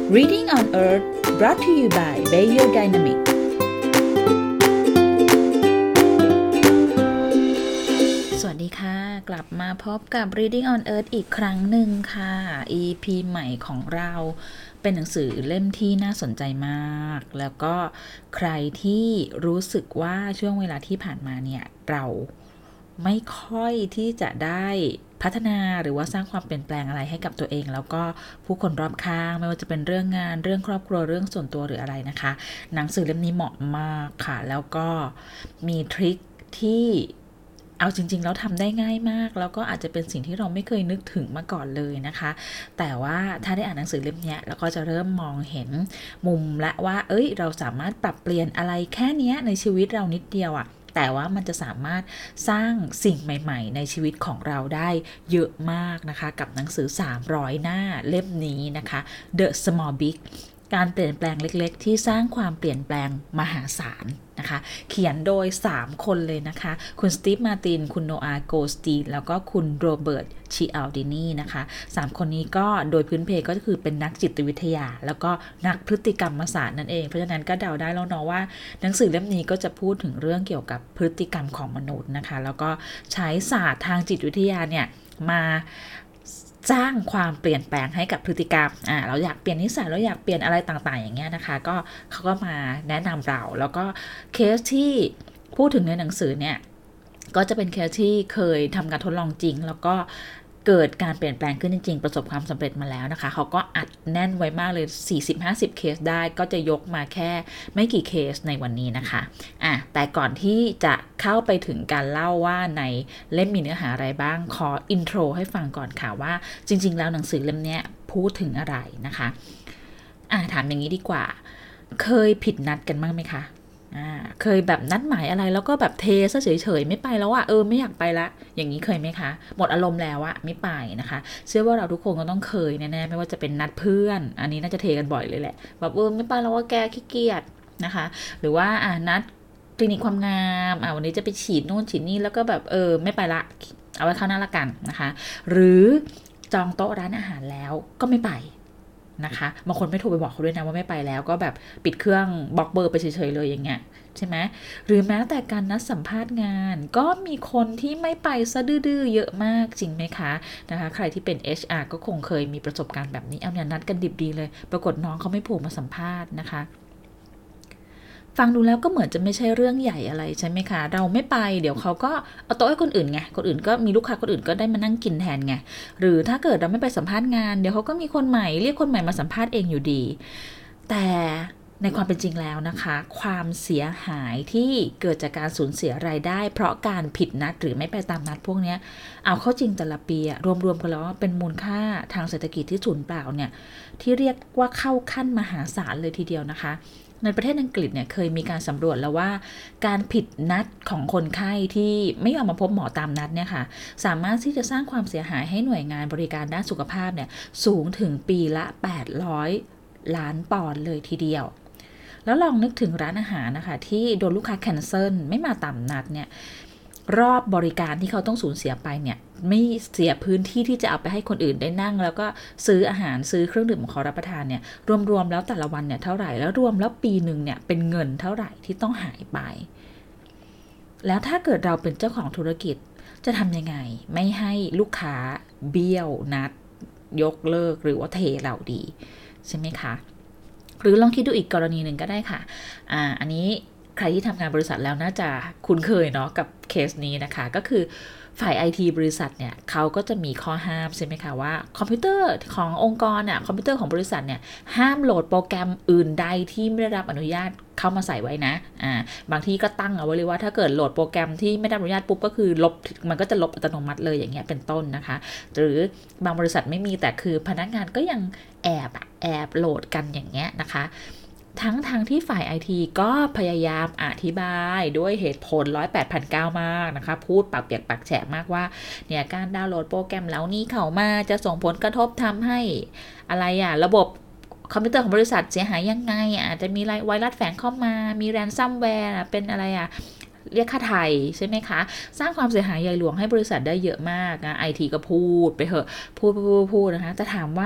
Reading on Earth brought to you by Bayo Dynamicสวัสดีค่ะกลับมาพบกับ Reading on Earth อีกครั้งหนึ่งค่ะ EP ใหม่ของเราเป็นหนังสือเล่มที่น่าสนใจมากแล้วก็ใครที่รู้สึกว่าช่วงเวลาที่ผ่านมาเนี่ยเราไม่ค่อยที่จะได้พัฒนาหรือว่าสร้างความเปลี่ยนแปลงอะไรให้กับตัวเองแล้วก็ผู้คนรอบข้างไม่ว่าจะเป็นเรื่องงานเรื่องครอบครัวเรื่องส่วนตัวหรืออะไรนะคะหนังสือเล่มนี้เหมาะมากค่ะแล้วก็มีทริคที่เอาจริงๆแล้วทำได้ง่ายมากแล้วก็อาจจะเป็นสิ่งที่เราไม่เคยนึกถึงมาก่อนเลยนะคะแต่ว่าถ้าได้อ่านหนังสือเล่มนี้แล้วก็จะเริ่มมองเห็นมุมและว่าเราสามารถปรับเปลี่ยนอะไรแค่นี้ในชีวิตเรานิดเดียวแต่ว่ามันจะสามารถสร้างสิ่งใหม่ๆในชีวิตของเราได้เยอะมากนะคะกับหนังสือ300หน้าเล่มนี้นะคะ The Small Big การเปลี่ยนแปลงเล็กๆที่สร้างความเปลี่ยนแปลงมหาศาลนะคะเขียนโดย3คนเลยนะคะคุณสตีฟมาร์ตินคุณโนอาห์โกลสตีนแล้วก็คุณโรเบิร์ตชิอัลดินีนะคะ3คนนี้ก็โดยพื้นเพก็คือเป็นนักจิตวิทยาแล้วก็นักพฤติกรรมศาสตร์นั่นเองเพราะฉะนั้นก็เดาได้แล้วเนาะว่าหนังสือเล่มนี้ก็จะพูดถึงเรื่องเกี่ยวกับพฤติกรรมของมนุษย์นะคะแล้วก็ใช้ศาสตร์ทางจิตวิทยาเนี่ยมาสร้างความเปลี่ยนแปลงให้กับพฤติกรรมเราอยากเปลี่ยนนิสัยเราอยากเปลี่ยนอะไรต่างๆอย่างเงี้ยนะคะก็เขาก็มาแนะนำเราแล้วก็เคสที่พูดถึงในหนังสือเนี่ยก็จะเป็นเคสที่เคยทำการทดลองจริงแล้วก็เกิดการเปลี่ยนแปลงขึ้นจริงๆประสบความสำเร็จมาแล้วนะคะเขาก็อัดแน่นไว้มากเลย 40-50 เคสได้ก็จะยกมาแค่ไม่กี่เคสในวันนี้นะคะแต่ก่อนที่จะเข้าไปถึงการเล่าว่าในเล่มมีเนื้อหาอะไรบ้างขออินโทรให้ฟังก่อนค่ะว่าจริงๆแล้วหนังสือเล่มนี้พูดถึงอะไรนะคะถามอย่างนี้ดีกว่าเคยผิดนัดกันบ้างไหมคะเคยแบบนัดหมายอะไรแล้วก็แบบเทซะเฉยๆไม่ไปแล้วไม่อยากไปละอย่างนี้เคยไหมคะหมดอารมณ์แล้วไม่ไปนะคะเชื่อว่าเราทุกคนก็ต้องเคยแน่ๆไม่ว่าจะเป็นนัดเพื่อนอันนี้น่าจะเทกันบ่อยเลยแหละแบบไม่ไปแล้วว่าแกขี้เกียจนะคะหรือว่านัดคลินิกความงามวันนี้จะไปฉีดโน่นฉีดนี่แล้วก็แบบไม่ไปละเอาไว้คราวหน้าละกันนะคะหรือจองโต๊ะร้านอาหารแล้วก็ไม่ไปนะคะบางคนไม่โทรไปบอกเขาด้วยนะว่าไม่ไปแล้วก็แบบปิดเครื่องบล็อกเบอร์ไปเฉยๆเลยอย่างเงี้ยใช่ไหมหรือแม้แต่การนัดสัมภาษณ์งานก็มีคนที่ไม่ไปซะดื้อๆเยอะมากจริงไหมคะนะคะใครที่เป็น HR ก็คงเคยมีประสบการณ์แบบนี้เนี่ยนัดกันดิบดีเลยปรากฏน้องเขาไม่โผล่มาสัมภาษณ์นะคะฟังดูแล้วก็เหมือนจะไม่ใช่เรื่องใหญ่อะไรใช่ไหมคะเราไม่ไปเดี๋ยวเขาก็เอาโต๊ะให้คนอื่นไงคนอื่นก็มีลูกค้าคนอื่นก็ได้มานั่งกินแทนไงหรือถ้าเกิดเราไม่ไปสัมภาษณ์งานเดี๋ยวเขาก็มีคนใหม่เรียกคนใหม่มาสัมภาษณ์เองอยู่ดีแต่ในความเป็นจริงแล้วนะคะความเสียหายที่เกิดจากการสูญเสียรายได้เพราะการผิดนัดหรือไม่ไปตามนัดพวกนี้เอาเข้าจริงแต่ละปีรวมๆกันแล้วเป็นมูลค่าทางเศรษฐกิจที่สูญเปล่าเนี่ยที่เรียกว่าเข้าขั้นมหาศาลเลยทีเดียวนะคะในประเทศอังกฤษเนี่ยเคยมีการสำรวจแล้วว่าการผิดนัดของคนไข้ที่ไม่ยอมมาพบหมอตามนัดเนี่ยค่ะสามารถที่จะสร้างความเสียหายให้หน่วยงานบริการด้านสุขภาพเนี่ยสูงถึงปีละ800 ล้านปอนด์เลยทีเดียวแล้วลองนึกถึงร้านอาหารนะคะที่โดนลูกค้าแคนเซิลไม่มาตามนัดเนี่ยรอบบริการที่เขาต้องสูญเสียไปเนี่ยไม่เสียพื้นที่ที่จะเอาไปให้คนอื่นได้นั่งแล้วก็ซื้ออาหารซื้อเครื่องดื่มของเขารับประทานเนี่ยรวมๆแล้วแต่ละวันเนี่ยเท่าไหร่แล้วรวมแล้วปีนึงเนี่ยเป็นเงินเท่าไหร่ที่ต้องหายไปแล้วถ้าเกิดเราเป็นเจ้าของธุรกิจจะทำยังไงไม่ให้ลูกค้าเบี้ยวนัดยกเลิกหรือว่าเทเราดีใช่ไหมคะหรือลองคิดดูอีกกรณีหนึ่งก็ได้ค่ะอันนี้ใครที่ทำงานบริษัทแล้วน่าจะคุ้นเคยเนาะกับเคสนี้นะคะก็คือฝ่าย IT บริษัทเนี่ยเขาก็จะมีข้อห้ามใช่ไหมคะว่าคอมพิวเตอร์ขององค์กรคอมพิวเตอร์ของบริษัทเนี่ยห้ามโหลดโปรแกรมอื่นใดที่ไม่ได้รับอนุญาตเข้ามาใส่ไว้นะบางที่ก็ตั้งเอาไว้เลยว่าถ้าเกิดโหลดโปรแกรมที่ไม่ได้อนุญาตปุ๊บก็คือลบมันก็จะลบอัตโนมัติเลยอย่างเงี้ยเป็นต้นนะคะหรือบางบริษัทไม่มีแต่คือพนักงานก็ยังแอบโหลดกันอย่างเงี้ยนะคะทั้งที่ฝ่าย IT ก็พยายามอธิบายด้วยเหตุผล108,900 มากนะคะพูดปากเปียกปากแฉะมากว่าเนี่ยการดาวน์โหลดโปรแกรมเหล่านี้เข้ามาจะส่งผลกระทบทำให้อะไรระบบคอมพิวเตอร์ของบริษัทเสียหายยังไงอาจจะมีไวรัสแฝงเข้ามามีแรนซัมแวร์เป็นอะไรเรียกค่าไทยใช่ไหมคะสร้างความเสียหายใหญ่หลวงให้บริษัทได้เยอะมากนะ IT ก็พูดไปเหอะพูดนะคะจะถามว่า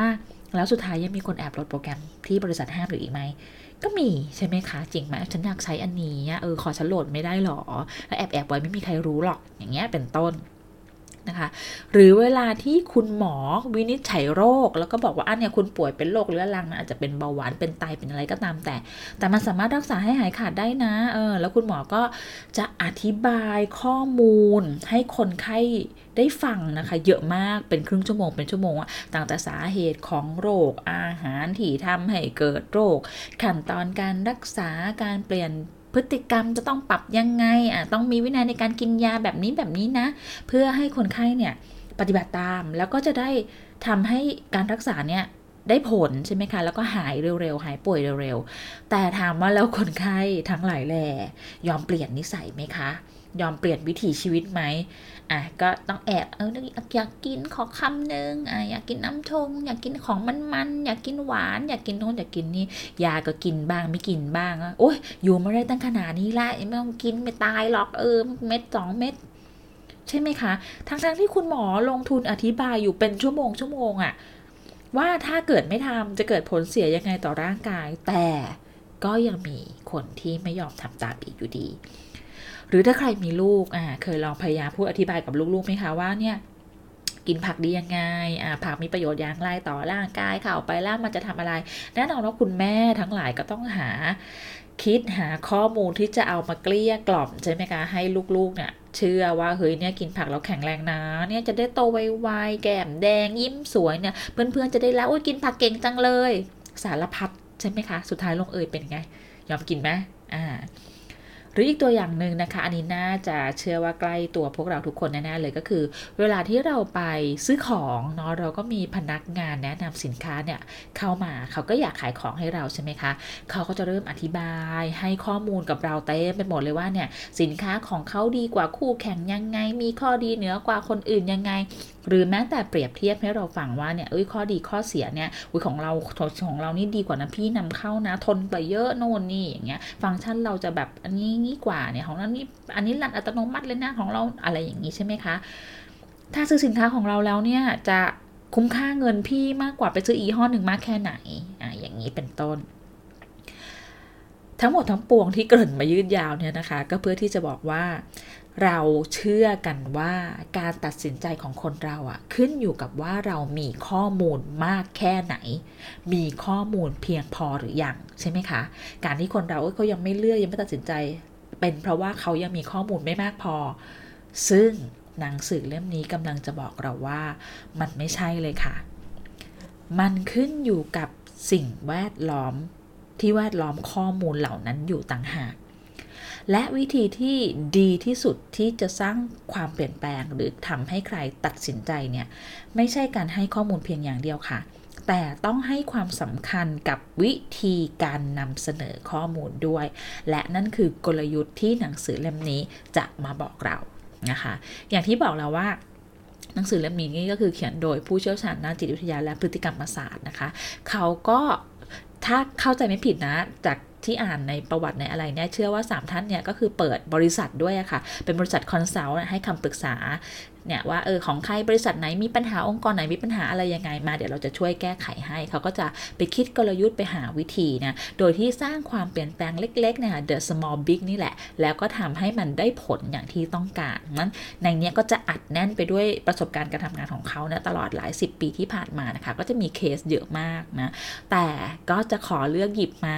แล้วสุดท้ายยังมีคนแอบโหลดโปรแกรมที่บริษัทห้ามหรืออีกไหมก็มีใช่ไหมคะจริงไหมฉันอยากใช้อันนี้ขอฉันโหลดไม่ได้หรอแล้วแอบไว้ไม่มีใครรู้หรอกอย่างเงี้ยเป็นต้นนะคะหรือเวลาที่คุณหมอวินิจฉัยโรคแล้วก็บอกว่าอันเนี้ยคุณป่วยเป็นโรคเรื้อรังนะอาจจะเป็นเบาหวานเป็นไตเป็นอะไรก็ตามแต่มันสามารถรักษาให้หายขาดได้นะแล้วคุณหมอก็จะอธิบายข้อมูลให้คนไข้ได้ฟังนะคะเยอะมากเป็นครึ่งชั่วโมงเป็นชั่วโมงตั้งแต่สาเหตุของโรคอาหารที่ทำให้เกิดโรคขั้นตอนการรักษาการเปลี่ยนพฤติกรรมจะต้องปรับยังไงต้องมีวินัยในการกินยาแบบนี้นะเพื่อให้คนไข้เนี่ยปฏิบัติตามแล้วก็จะได้ทำให้การรักษาเนี่ยได้ผลใช่ไหมคะแล้วก็หายเร็วๆหายป่วยเร็วๆแต่ถามว่าแล้วคนไข้ทั้งหลายแหล่ยอมเปลี่ยนนิสัยไหมคะยอมเปลี่ยนวิถีชีวิตไหมก็ต้องแอบอยากกินขอคำนึงอยากกินน้ำชงอยากกินของมันๆอยากกินหวานอยากกินโน้นอยากกินนี่ยาก็กินบ้างไม่กินบ้างโอ๊ยอยู่มาได้ตั้งขนาดนี้ละไม่ต้องกินไม่ตายหรอกเม็ด2เม็ดใช่ไหมคะทั้งที่คุณหมอลงทุนอธิบายอยู่เป็นชั่วโมงว่าถ้าเกิดไม่ทำจะเกิดผลเสียยังไงต่อร่างกายแต่ก็ยังมีคนที่ไม่ยอมทำตามอีกอยู่ดีหรือถ้าใครมีลูกเคยลองพยายามพูดอธิบายกับลูกๆไหมคะว่าเนี่ยกินผักดียังไงผักมีประโยชน์อย่างไรต่อร่างกายเข้าไปแล้วมันจะทำอะไรแน่นอนว่าคุณแม่ทั้งหลายก็ต้องคิดหาข้อมูลที่จะเอามาเกลี้ยกล่อมใช่ไหมคะให้ลูกๆเนี่ยเชื่อว่าเฮ้ยเนี่ยกินผักแล้วแข็งแรงนะเนี่ยจะได้โตไวๆแก้มแดงยิ้มสวยเนี่ยเพื่อนๆจะได้แล้วโอ้ยกินผักเก่งจังเลยสารพัดใช่ไหมคะสุดท้ายลงเอยเป็นไงยอมกินไหมหรืออีกตัวอย่างหนึ่งนะคะอันนี้น่าจะเชื่อว่าใกล้ตัวพวกเราทุกคนแน่ๆเลยก็คือเวลาที่เราไปซื้อของเนาะเราก็มีพนักงานแนะนำสินค้าเนี่ยเข้ามาเขาก็อยากขายของให้เราใช่ไหมคะเขาก็จะเริ่มอธิบายให้ข้อมูลกับเราเต็มไปหมดเลยว่าเนี่ยสินค้าของเขาดีกว่าคู่แข่งยังไงมีข้อดีเหนือกว่าคนอื่นยังไงหรือแม้แต่เปรียบเทียบให้เราฟังว่าเนี่ยข้อดีข้อเสียเนี่ยของเรานี่ดีกว่านะพี่นำเข้านะทนกว่าเยอะโน่นนี่อย่างเงี้ยฟังก์ชันเราจะแบบอันนี้กว่าเนี่ยของเรานี่อันนี้รันอัตโนมัติเลยนะของเราอะไรอย่างนี้ใช่ไหมคะถ้าซื้อสินค้าของเราแล้วเนี่ยจะคุ้มค่าเงินพี่มากกว่าไปซื้ออีกห้อหนึ่งมากแค่ไหนอย่างนี้เป็นต้นทั้งหมดทั้งปวงที่เกริ่นมายืดยาวเนี่ยนะคะก็เพื่อที่จะบอกว่าเราเชื่อกันว่าการตัดสินใจของคนเราขึ้นอยู่กับว่าเรามีข้อมูลมากแค่ไหนมีข้อมูลเพียงพอหรือยังใช่ไหมคะการที่คนเราเขายังไม่เลือกยังไม่ตัดสินใจเป็นเพราะว่าเขายังมีข้อมูลไม่มากพอซึ่งหนังสือเล่มนี้กำลังจะบอกเราว่ามันไม่ใช่เลยค่ะมันขึ้นอยู่กับสิ่งแวดล้อมที่แวดล้อมข้อมูลเหล่านั้นอยู่ต่างหากและวิธีที่ดีที่สุดที่จะสร้างความเปลี่ยนแปลงหรือทำให้ใครตัดสินใจเนี่ยไม่ใช่การให้ข้อมูลเพียงอย่างเดียวค่ะแต่ต้องให้ความสำคัญกับวิธีการนำเสนอข้อมูลด้วยและนั่นคือกลยุทธ์ที่หนังสือเล่มนี้จะมาบอกเรานะคะอย่างที่บอกแล้วว่าหนังสือเล่มนี้นี่ก็คือเขียนโดยผู้เชี่ยวชาญด้านจิตวิทยาและพฤติกรรมศาสตร์นะคะเขาก็ถ้าเข้าใจไม่ผิดนะจากที่อ่านในประวัติในอะไรเนี่ยเชื่อว่า3ท่านเนี่ยก็คือเปิดบริษัทด้วยค่ะเป็นบริษัทคอนซัลท์ให้คำปรึกษาเนี่ยว่าของใครบริษัทไหนมีปัญหาองค์กรไหนมีปัญหาอะไรยังไงมาเดี๋ยวเราจะช่วยแก้ไขให้เขาก็จะไปคิดกลยุทธ์ไปหาวิธีนะโดยที่สร้างความเปลี่ยนแปลงเล็กๆเนี่ย the small big นี่แหละแล้วก็ทำให้มันได้ผลอย่างที่ต้องการนั้นในนี้ก็จะอัดแน่นไปด้วยประสบการณ์การทำงานของเขานะตลอดหลาย10 ปีที่ผ่านมานะคะก็จะมีเคสเยอะมากนะแต่ก็จะขอเลือกหยิบมา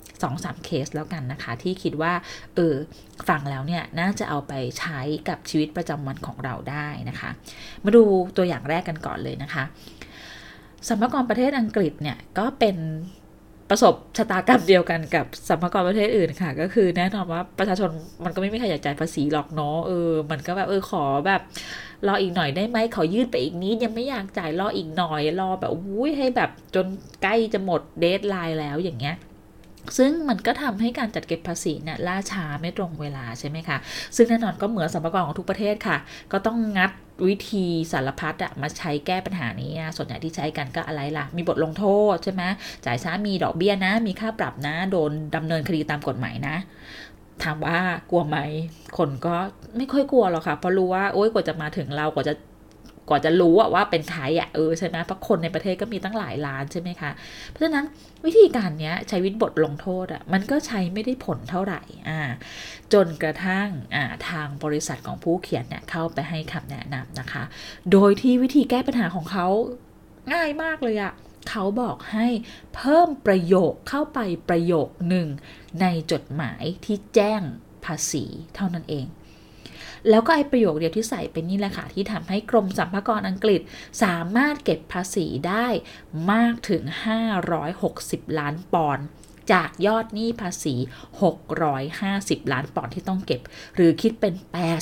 2-3 เคสแล้วกันนะคะที่คิดว่าฟังแล้วเนี่ยน่าจะเอาไปใช้กับชีวิตประจำวันของเราได้นะคะมาดูตัวอย่างแรกกันก่อนเลยนะคะสรรพากรประเทศอังกฤษเนี่ยก็เป็นประสบชะตากรรมเดียวกันกับสรรพากรประเทศอื่นค่ะก็คือแน่นอนว่าประชาชนมันก็ไม่มีใครอยากจ่ายภาษีหรอกเนาะมันก็แบบขอแบบรออีกหน่อยได้ไหมขอยืดไปอีกนิดยังไม่อยากจ่ายรออีกหน่อยรอแบบให้แบบจนใกล้จะหมดเดดไลน์แล้วอย่างเงี้ยซึ่งมันก็ทำให้การจัดเก็บภาษีเนี่ยล่าช้าไม่ตรงเวลาใช่ไหมคะซึ่งแน่นอนก็เหมือนสรรพากรของทุกประเทศค่ะก็ต้องงัดวิธีสารพัดมาใช้แก้ปัญหานี้ส่วนใหญ่ที่ใช้กันก็อะไรล่ะมีบทลงโทษใช่ไหมจ่ายช้ามีดอกเบี้ยนะมีค่าปรับนะโดนดำเนินคดีตามกฎหมายนะถามว่ากลัวไหมคนก็ไม่ค่อยกลัวหรอกค่ะเพราะรู้ว่ากว่าจะมาถึงเรากว่าจะกว่าจะรู้ว่าเป็นใครใช่ไหมเพราะคนในประเทศก็มีตั้งหลายล้านใช่ไหมคะเพราะฉะนั้นวิธีการนี้ใช้วิธีบทลงโทษมันก็ใช้ไม่ได้ผลเท่าไหร่จนกระทั่งทางบริษัทของผู้เขียนเนี่ยเข้าไปให้คำแนะนำนะคะโดยที่วิธีแก้ปัญหาของเขาง่ายมากเลยเขาบอกให้เพิ่มประโยคเข้าไปประโยคหนึ่งในจดหมายที่แจ้งภาษีเท่านั้นเองแล้วก็ประโยคเดียวที่ใส่เป็นนี่แหละค่ะที่ทำให้กรมสรรพากรอังกฤษสามารถเก็บภาษีได้มากถึง560ล้านปอนด์จากยอดหนี้ภาษี650ล้านปอนด์ที่ต้องเก็บหรือคิดเป็น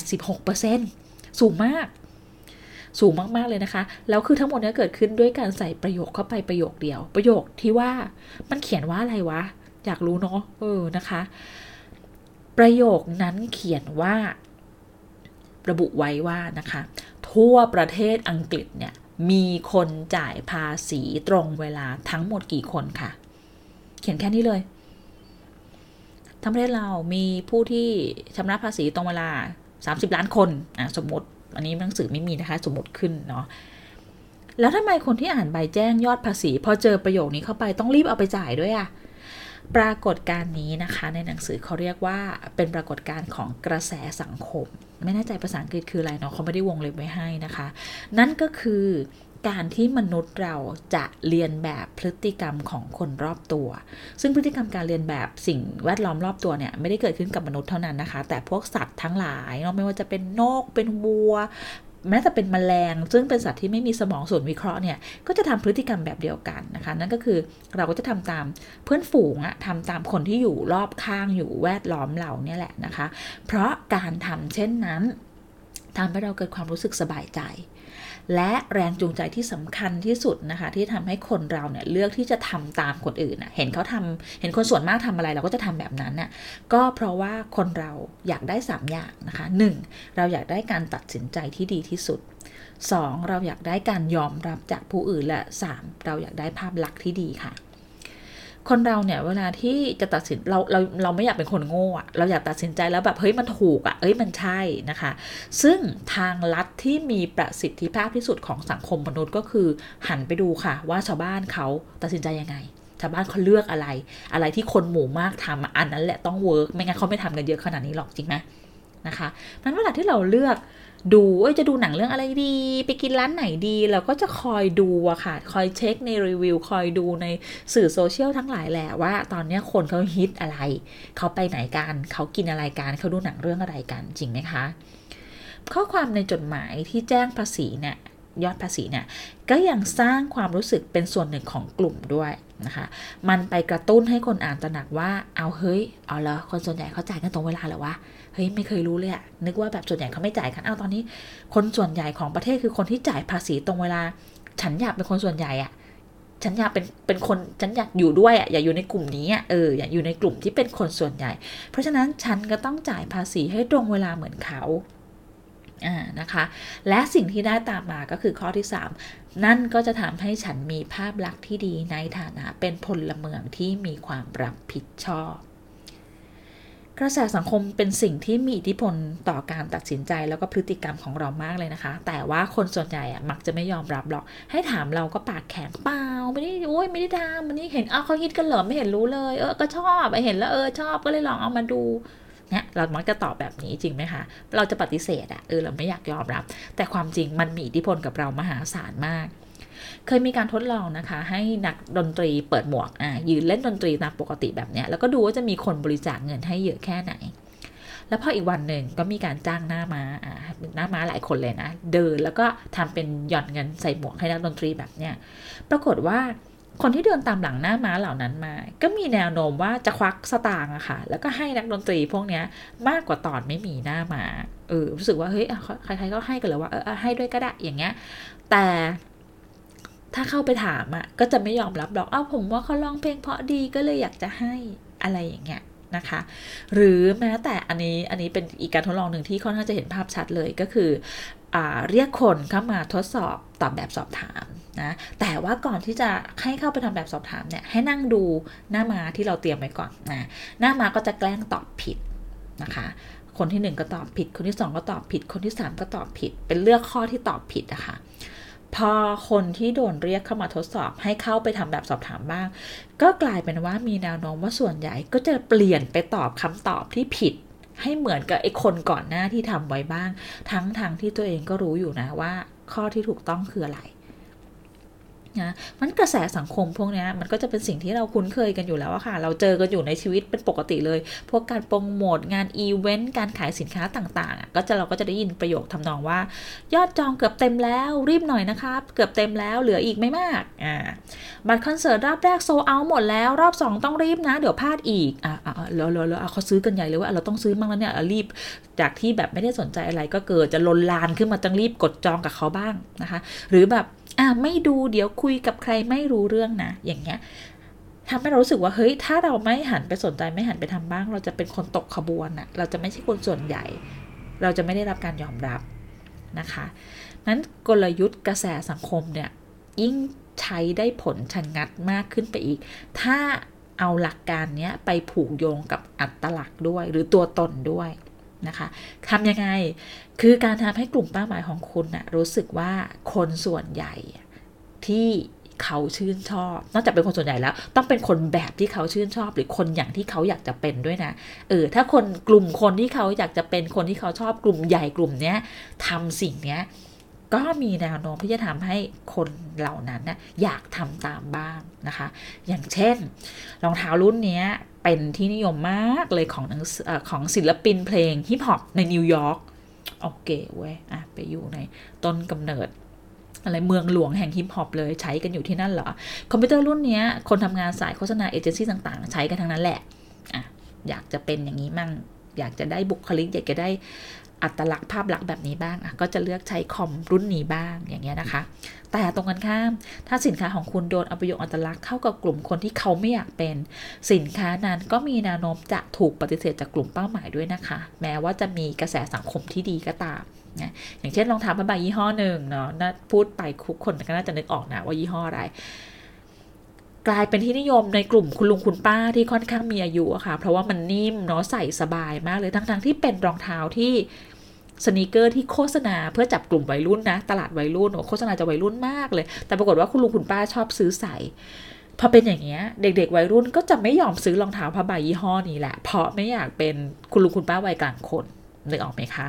86% สูงมากเลยนะคะแล้วคือทั้งหมดนี้เกิดขึ้นด้วยการใส่ประโยคเข้าไปประโยคเดียวประโยคที่ว่ามันเขียนว่าอะไรวะอยากรู้เนาะนะคะประโยคนั้นเขียนว่าระบุไว้ว่านะคะทั่วประเทศอังกฤษเนี่ยมีคนจ่ายภาษีตรงเวลาทั้งหมดกี่คนค่ะเขียนแค่นี้เลยทั้งประเทศเรามีผู้ที่ชำระภาษีตรงเวลา30ล้านคนสมมติอันนี้หนังสือไม่มีนะคะสมมติขึ้นเนาะแล้วทำไมคนที่อ่านใบแจ้งยอดภาษีพอเจอประโยคนี้เข้าไปต้องรีบเอาไปจ่ายด้วยปรากฏการณ์นี้นะคะในหนังสือเขาเรียกว่าเป็นปรากฏการณ์ของกระแสสังคมไม่แน่ใจภาษาอังกฤษคืออะไรเนาะเขาไม่ได้วงเล็บไว้ให้นะคะนั่นก็คือการที่มนุษย์เราจะเรียนแบบพฤติกรรมของคนรอบตัวซึ่งพฤติกรรมการเรียนแบบสิ่งแวดล้อมรอบตัวเนี่ยไม่ได้เกิดขึ้นกับมนุษย์เท่านั้นนะคะแต่พวกสัตว์ทั้งหลายเนาะไม่ว่าจะเป็นนกเป็นวัวแม้แต่เป็นแมลงซึ่งเป็นสัตว์ที่ไม่มีสมองส่วนวิเคราะห์เนี่ยก็จะทำพฤติกรรมแบบเดียวกันนะคะนั่นก็คือเราก็จะทำตามเพื่อนฝูงทำตามคนที่อยู่รอบข้างอยู่แวดล้อมเราเนี่ยแหละนะคะเพราะการทำเช่นนั้นทำให้เราเกิดความรู้สึกสบายใจและแรงจูงใจที่สำคัญที่สุดนะคะที่ทำให้คนเราเนี่ยเลือกที่จะทำตามคนอื่นเห็นเขาทำเห็นคนส่วนมากทำอะไรเราก็จะทำแบบนั้นก็เพราะว่าคนเราอยากได้3อย่างนะคะ 1. เราอยากได้การตัดสินใจที่ดีที่สุด 2. เราอยากได้การยอมรับจากผู้อื่นและ 3. เราอยากได้ภาพลักษณ์ที่ดีค่ะคนเราเนี่ยเวลาที่จะตัดสินเราไม่อยากเป็นคนโง่เราอยากตัดสินใจแล้วแบบเฮ้ยมันถูกมันใช่นะคะซึ่งทางลัดที่มีประสิทธิภาพที่สุดของสังคมมนุษย์ก็คือหันไปดูค่ะว่าชาวบ้านเขาตัดสินใจยังไงชาวบ้านเขาเลือกอะไรที่คนหมู่มากทำอันนั้นแหละต้องเวิร์กไม่งั้นเขาไม่ทำกันเยอะขนาดนี้หรอกจริงไหมนะคะนั้นเวลาที่เราเลือกดูจะดูหนังเรื่องอะไรดีไปกินร้านไหนดีเราก็จะคอยดูค่ะคอยเช็คในรีวิวคอยดูในสื่อโซเชียลทั้งหลายแหละว่าตอนนี้คนเขาฮิตอะไรเขาไปไหนกันเขากินอะไรกันเขาดูหนังเรื่องอะไรกันจริงไหมคะข้อความในจดหมายที่แจ้งภาษีเนี่ยยอดภาษีเนี่ยก็ยังสร้างความรู้สึกเป็นส่วนหนึ่งของกลุ่มด้วยนะคะมันไปกระตุ้นให้คนอ่านตระหนักว่าเอาเหรอคนส่วนใหญ่เขาจ่ายกันตรงเวลาเหรอวะไม่เคยรู้เลยนึกว่าแบบส่วนใหญ่เขาไม่จ่ายกันตอนนี้คนส่วนใหญ่ของประเทศคือคนที่จ่ายภาษีตรงเวลาฉันอยากเป็นคนส่วนใหญ่ฉันอยากเป็นคนฉันอยากอยู่ด้วยอย่าอยู่ในกลุ่มนี้อยากอยู่ในกลุ่มที่เป็นคนส่วนใหญ่เพราะฉะนั้นฉันก็ต้องจ่ายภาษีให้ตรงเวลาเหมือนเขานะคะและสิ่งที่ได้ตามมาก็คือข้อที่3นั่นก็จะทำให้ฉันมีภาพลักษณ์ที่ดีในฐานะเป็นพลเมืองที่มีความรับผิดชอบกระแสสังคมเป็นสิ่งที่มีอิทธิพลต่อการตัดสินใจแล้วก็พฤติกรรมของเรามากเลยนะคะแต่ว่าคนส่วนใหญ่มักจะไม่ยอมรับหรอกให้ถามเราก็ปากแข็งเปล่าไม่ได้ไม่ได้ทำมันนี่เห็นเขาฮิตกันเหรอไม่เห็นรู้เลยก็ชอบเห็นแล้วชอบก็เลยลองเอามาดูเนี่ยเรามักจะตอบแบบนี้จริงไหมคะเราจะปฏิเสธเราไม่อยากยอมรับแต่ความจริงมันมีอิทธิพลกับเรามหาศาลมากเคยมีการทดลองนะคะให้นักดนตรีเปิดหมวกยืนเล่นดนตรีตามปกติแบบเนี้ยแล้วก็ดูว่าจะมีคนบริจาคเงินให้เยอะแค่ไหนแล้วพออีกวันหนึ่งก็มีการจ้างหน้าม้าหลายคนเลยนะเดินแล้วก็ทำเป็นหย่อนเงินใส่หมวกให้นักดนตรีแบบเนี้ยปรากฏว่าคนที่เดินตามหลังหน้าม้าเหล่านั้นมาก็มีแนวโน้มว่าจะควักสตางค์ค่ะแล้วก็ให้นักดนตรีพวกนี้มากกว่าตอนไม่มีหน้าม้ารู้สึกว่าใครๆก็ให้กันเลยว่าให้ด้วยก็ได้อย่างเงี้ยแต่ถ้าเข้าไปถามก็จะไม่ยอมรับหรอกผมว่าเขาร้องเพลงเพราะดีก็เลยอยากจะให้อะไรอย่างเงี้ยนะคะหรือแม้แต่อันนี้เป็นอีกการทดลองหนึ่งที่ค่อนข้างจะเห็นภาพชัดเลยก็คือเรียกคนเข้ามาทดสอบตอบแบบสอบถามนะแต่ว่าก่อนที่จะให้เข้าไปทำแบบสอบถามเนี่ยให้นั่งดูหน้าม้าที่เราเตรียมไว้ก่อนนะหน้าม้าก็จะแกล้งตอบผิดนะคะคนที่1ก็ตอบผิดคนที่2ก็ตอบผิดคนที่3ก็ตอบผิดเป็นเลือกข้อที่ตอบผิดอะค่ะพอคนที่โดนเรียกเข้ามาทดสอบให้เข้าไปทำแบบสอบถามบ้างก็กลายเป็นว่ามีแนวโน้มว่าส่วนใหญ่ก็จะเปลี่ยนไปตอบคำตอบที่ผิดให้เหมือนกับไอ้คนก่อนหน้าที่ทำไว้บ้างทั้งที่ตัวเองก็รู้อยู่นะว่าข้อที่ถูกต้องคืออะไรนะมันกระแสสังคมพวกนี้มันก็จะเป็นสิ่งที่เราคุ้นเคยกันอยู่แล้วอะค่ะเราเจอกันอยู่ในชีวิตเป็นปกติเลยพวกการโปรโมทงานอีเวนต์การขายสินค้าต่างๆเราก็จะได้ยินประโยคทำนองว่ายอดจองเกือบเต็มแล้วรีบหน่อยนะครับเกือบเต็มแล้วเหลืออีกไม่มากบัตรคอนเสิร์ตรอบแรกโซลเอาท์หมดแล้วรอบ2ต้องรีบนะเดี๋ยวพลาดอีกแล้วเขาซื้อกันใหญ่เลยว่าเราต้องซื้อบ้างแล้วเนี่ยรีบจากที่แบบไม่ได้สนใจอะไรก็เกิดจะลนลานขึ้นมาต้องรีบกดจองกับเขาบ้างนะคะหรือแบบไม่ดูเดี๋ยวคุยกับใครไม่รู้เรื่องนะอย่างเงี้ยทำให้เรารู้สึกว่าเฮ้ยถ้าเราไม่หันไปสนใจไม่หันไปทำบ้างเราจะเป็นคนตกขบวนเราจะไม่ใช่คนส่วนใหญ่เราจะไม่ได้รับการยอมรับนะคะนั้นกลยุทธ์กระแสสังคมเนี่ยยิ่งใช้ได้ผลชะงัดมากขึ้นไปอีกถ้าเอาหลักการนี้ไปผูกโยงกับอัตลักษณ์ด้วยหรือตัวตนด้วยนะคะทำยังไงคือการทำให้กลุ่มเป้าหมายของคุณรู้สึกว่าคนส่วนใหญ่ที่เขาชื่นชอบนอกจากเป็นคนส่วนใหญ่แล้วต้องเป็นคนแบบที่เขาชื่นชอบหรือคนอย่างที่เขาอยากจะเป็นด้วยนะถ้ากลุ่มคนที่เขาอยากจะเป็นคนที่เขาชอบกลุ่มใหญ่กลุ่มนี้ทำสิ่งนี้ก็มีแนวโน้มที่จะทำให้คนเหล่านั้นอยากทำตามบ้างนะคะอย่างเช่นรองเท้ารุ่นนี้เป็นที่นิยมมากเลยของศิลปินเพลงฮิปฮอปในนิวยอร์กโอเคเว้ยไปอยู่ในต้นกำเนิดอะไรเมืองหลวงแห่งฮิปฮอปเลยใช้กันอยู่ที่นั่นเหรอคอมพิวเตอร์รุ่นนี้คนทำงานสายโฆษณาเอเจนซี่ต่างๆใช้กันทั้งนั้นแหละอยากจะเป็นอย่างนี้มั่งอยากจะได้บุคลิกอยากจะได้อัตลักษณ์ภาพลักษณ์แบบนี้บ้างก็จะเลือกใช้คอมรุ่นนี้บ้างอย่างเงี้ยนะคะแต่ตรงกันข้ามถ้าสินค้าของคุณโดนเอาไปโยงอัตลักษณ์เข้ากับกลุ่มคนที่เขาไม่อยากเป็นสินค้านั้นก็มีแนวโน้มจะถูกปฏิเสธจากกลุ่มเป้าหมายด้วยนะคะแม้ว่าจะมีกระแสสังคมที่ดีก็ตามอย่างเช่นรองเท้าผ้าใบยี่ห้อหนึ่งเนาะพูดไปทุกคนก็น่าจะนึกออกนะว่ายี่ห้ออะไรกลายเป็นที่นิยมในกลุ่มคุณลุงคุณป้าที่ค่อนข้างมีอายุอะค่ะเพราะว่ามันนิ่มเนาะใส่สบายมากเลยทั้งที่เป็นรองเท้าที่สนีกเกอร์ที่โฆษณาเพื่อจับกลุ่มวัยรุ่นนะตลาดวัยรุ่นโฆษณาจะวัยรุ่นมากเลยแต่ปรากฏว่าคุณลุงคุณป้าชอบซื้อใส่พอเป็นอย่างเงี้ยเด็กๆวัยรุ่นก็จะไม่ยอมซื้อรองเท้าผ้าใบยี่ห้อนี้แหละเพราะไม่อยากเป็นคุณลุงคุณป้าวัยกลางคนนึกออกไหมคะ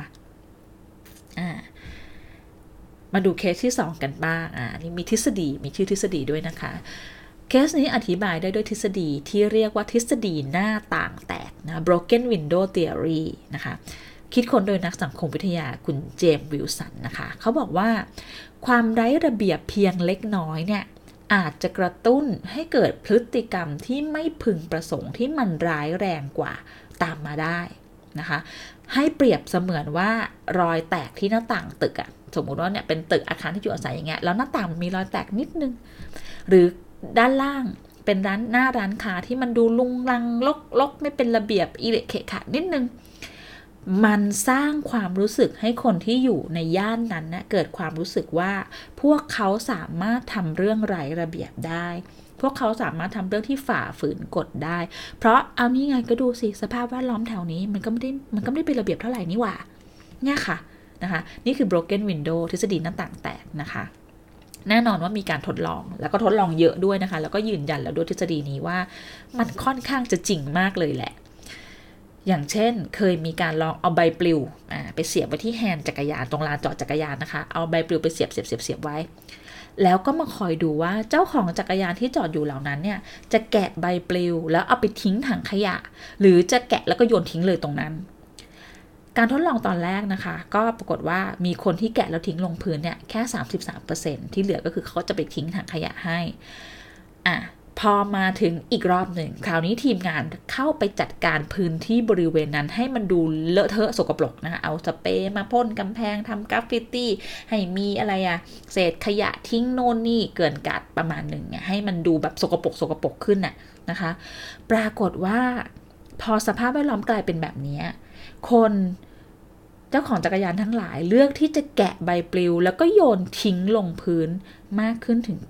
มาดูเคสที่2กันบ้างนี่มีทฤษฎีมีชื่อทฤษฎีด้วยนะคะเคสนี้อธิบายได้ด้วยทฤษฎีที่เรียกว่าทฤษฎีหน้าต่างแตกนะ broken window theory นะคะคิดค้นโดยนักสังคมวิทยาคุณเจมส์วิลสันนะคะเขาบอกว่าความไร้ระเบียบเพียงเล็กน้อยเนี่ยอาจจะกระตุ้นให้เกิดพฤติกรรมที่ไม่พึงประสงค์ที่มันร้ายแรงกว่าตามมาได้นะคะให้เปรียบเสมือนว่ารอยแตกที่หน้าต่างตึกสมมุติว่าเนี่ยเป็นตึกอาคารที่อยู่อาศัยอย่างเงี้ยแล้วหน้าต่างมันมีรอยแตกนิดนึงหรือด้านล่างเป็นหน้าร้านค้าที่มันดูลุงลังลกไม่เป็นระเบียบอิเละเขะขะนิดนึงมันสร้างความรู้สึกให้คนที่อยู่ในย่านนั้นเกิดความรู้สึกว่าพวกเขาสามารถทำเรื่องไร้ระเบียบได้พวกเขาสามารถทำเรื่องที่ฝ่าฝืนกฎได้เพราะเอานี่ไงก็ดูสิสภาพแวดล้อมแถวนี้มันก็ไม่ได้เป็นระเบียบเท่าไหร่นี่หว่าเนี่ยค่ะนะคะนี่คือ broken window ทฤษฎีหน้าต่างแตกนะคะแน่นอนว่ามีการทดลองแล้วก็ทดลองเยอะด้วยนะคะแล้วก็ยืนยันแล้วด้วยทฤษฎีนี้ว่ามันค่อนข้างจะจริงมากเลยแหละอย่างเช่นเคยมีการลองเอาใบปลิวไปเสียบไว้ที่แฮนด์จักรยานตรงลานจอดจักรยานนะคะเอาใบปลิวไปเสียบไว้แล้วก็มาคอยดูว่าเจ้าของจักรยานที่จอดอยู่เหล่านั้นเนี่ยจะแกะใบปลิวแล้วเอาไปทิ้งถังขยะหรือจะแกะแล้วก็โยนทิ้งเลยตรงนั้นการทดลองตอนแรกนะคะก็ปรากฏว่ามีคนที่แกะแล้วทิ้งลงพื้นเนี่ยแค่ 33% ที่เหลือก็คือเขาจะไปทิ้งถังขยะให้พอมาถึงอีกรอบหนึ่งคราวนี้ทีมงานเข้าไปจัดการพื้นที่บริเวณนั้นให้มันดูเลอะเทอะสกปรกนะคะเอาสเปรย์มาพ่นกำแพงทำกราฟฟิตี้ให้มีอะไรเศษขยะทิ้งโน่นนี่เกินกัดประมาณหนึ่งให้มันดูแบบสกปรกขึ้นนะคะปรากฏว่าพอสภาพแวดล้อมกลายเป็นแบบนี้คนเจ้าของจักรยานทั้งหลายเลือกที่จะแกะใบปลิวแล้วก็โยนทิ้งลงพื้นมากขึ้นถึง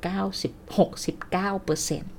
69%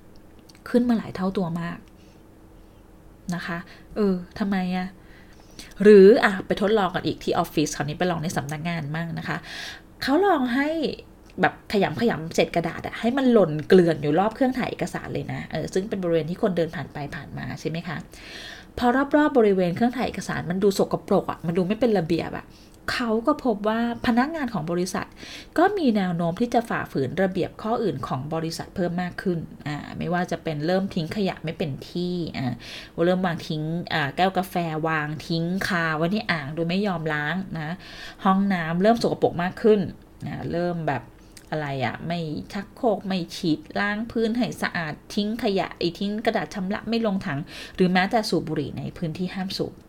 ขึ้นมาหลายเท่าตัวมากนะคะทำไมหรือไปทดลองกันอีกที่ออฟฟิศคราวนี้ไปลองในสำนักงานมั่งนะคะเขาลองให้แบบขยำเศษกระดาษให้มันหล่นเกลื่อนอยู่รอบเครื่องถ่ายเอกสารเลยนะซึ่งเป็นบริเวณที่คนเดินผ่านไปผ่านมาใช่ไหมคะพอรอบๆบริเวณเครื่องถ่ายเอกสารมันดูสกปรกมันดูไม่เป็นระเบียบเขาก็พบว่าพนักงานของบริษัทก็มีแนวโน้มที่จะฝ่าฝืนระเบียบข้ออื่นของบริษัทเพิ่มมากขึ้นไม่ว่าจะเป็นเริ่มทิ้งขยะไม่เป็นที่เริ่มวางทิ้งแก้วกาแฟวางทิ้งคาไว้ในอ่างโดยไม่ยอมล้างนะห้องน้ำเริ่มสกปรกมากขึ้นเริ่มแบบอะไรไม่ชักโครกไม่ฉีดล้างพื้นให้สะอาดทิ้งขยะทิ้งกระดาษชำระไม่ลงถังหรือแม้แต่สูบบุหรี่ในพื้นที่ห้ามสูบ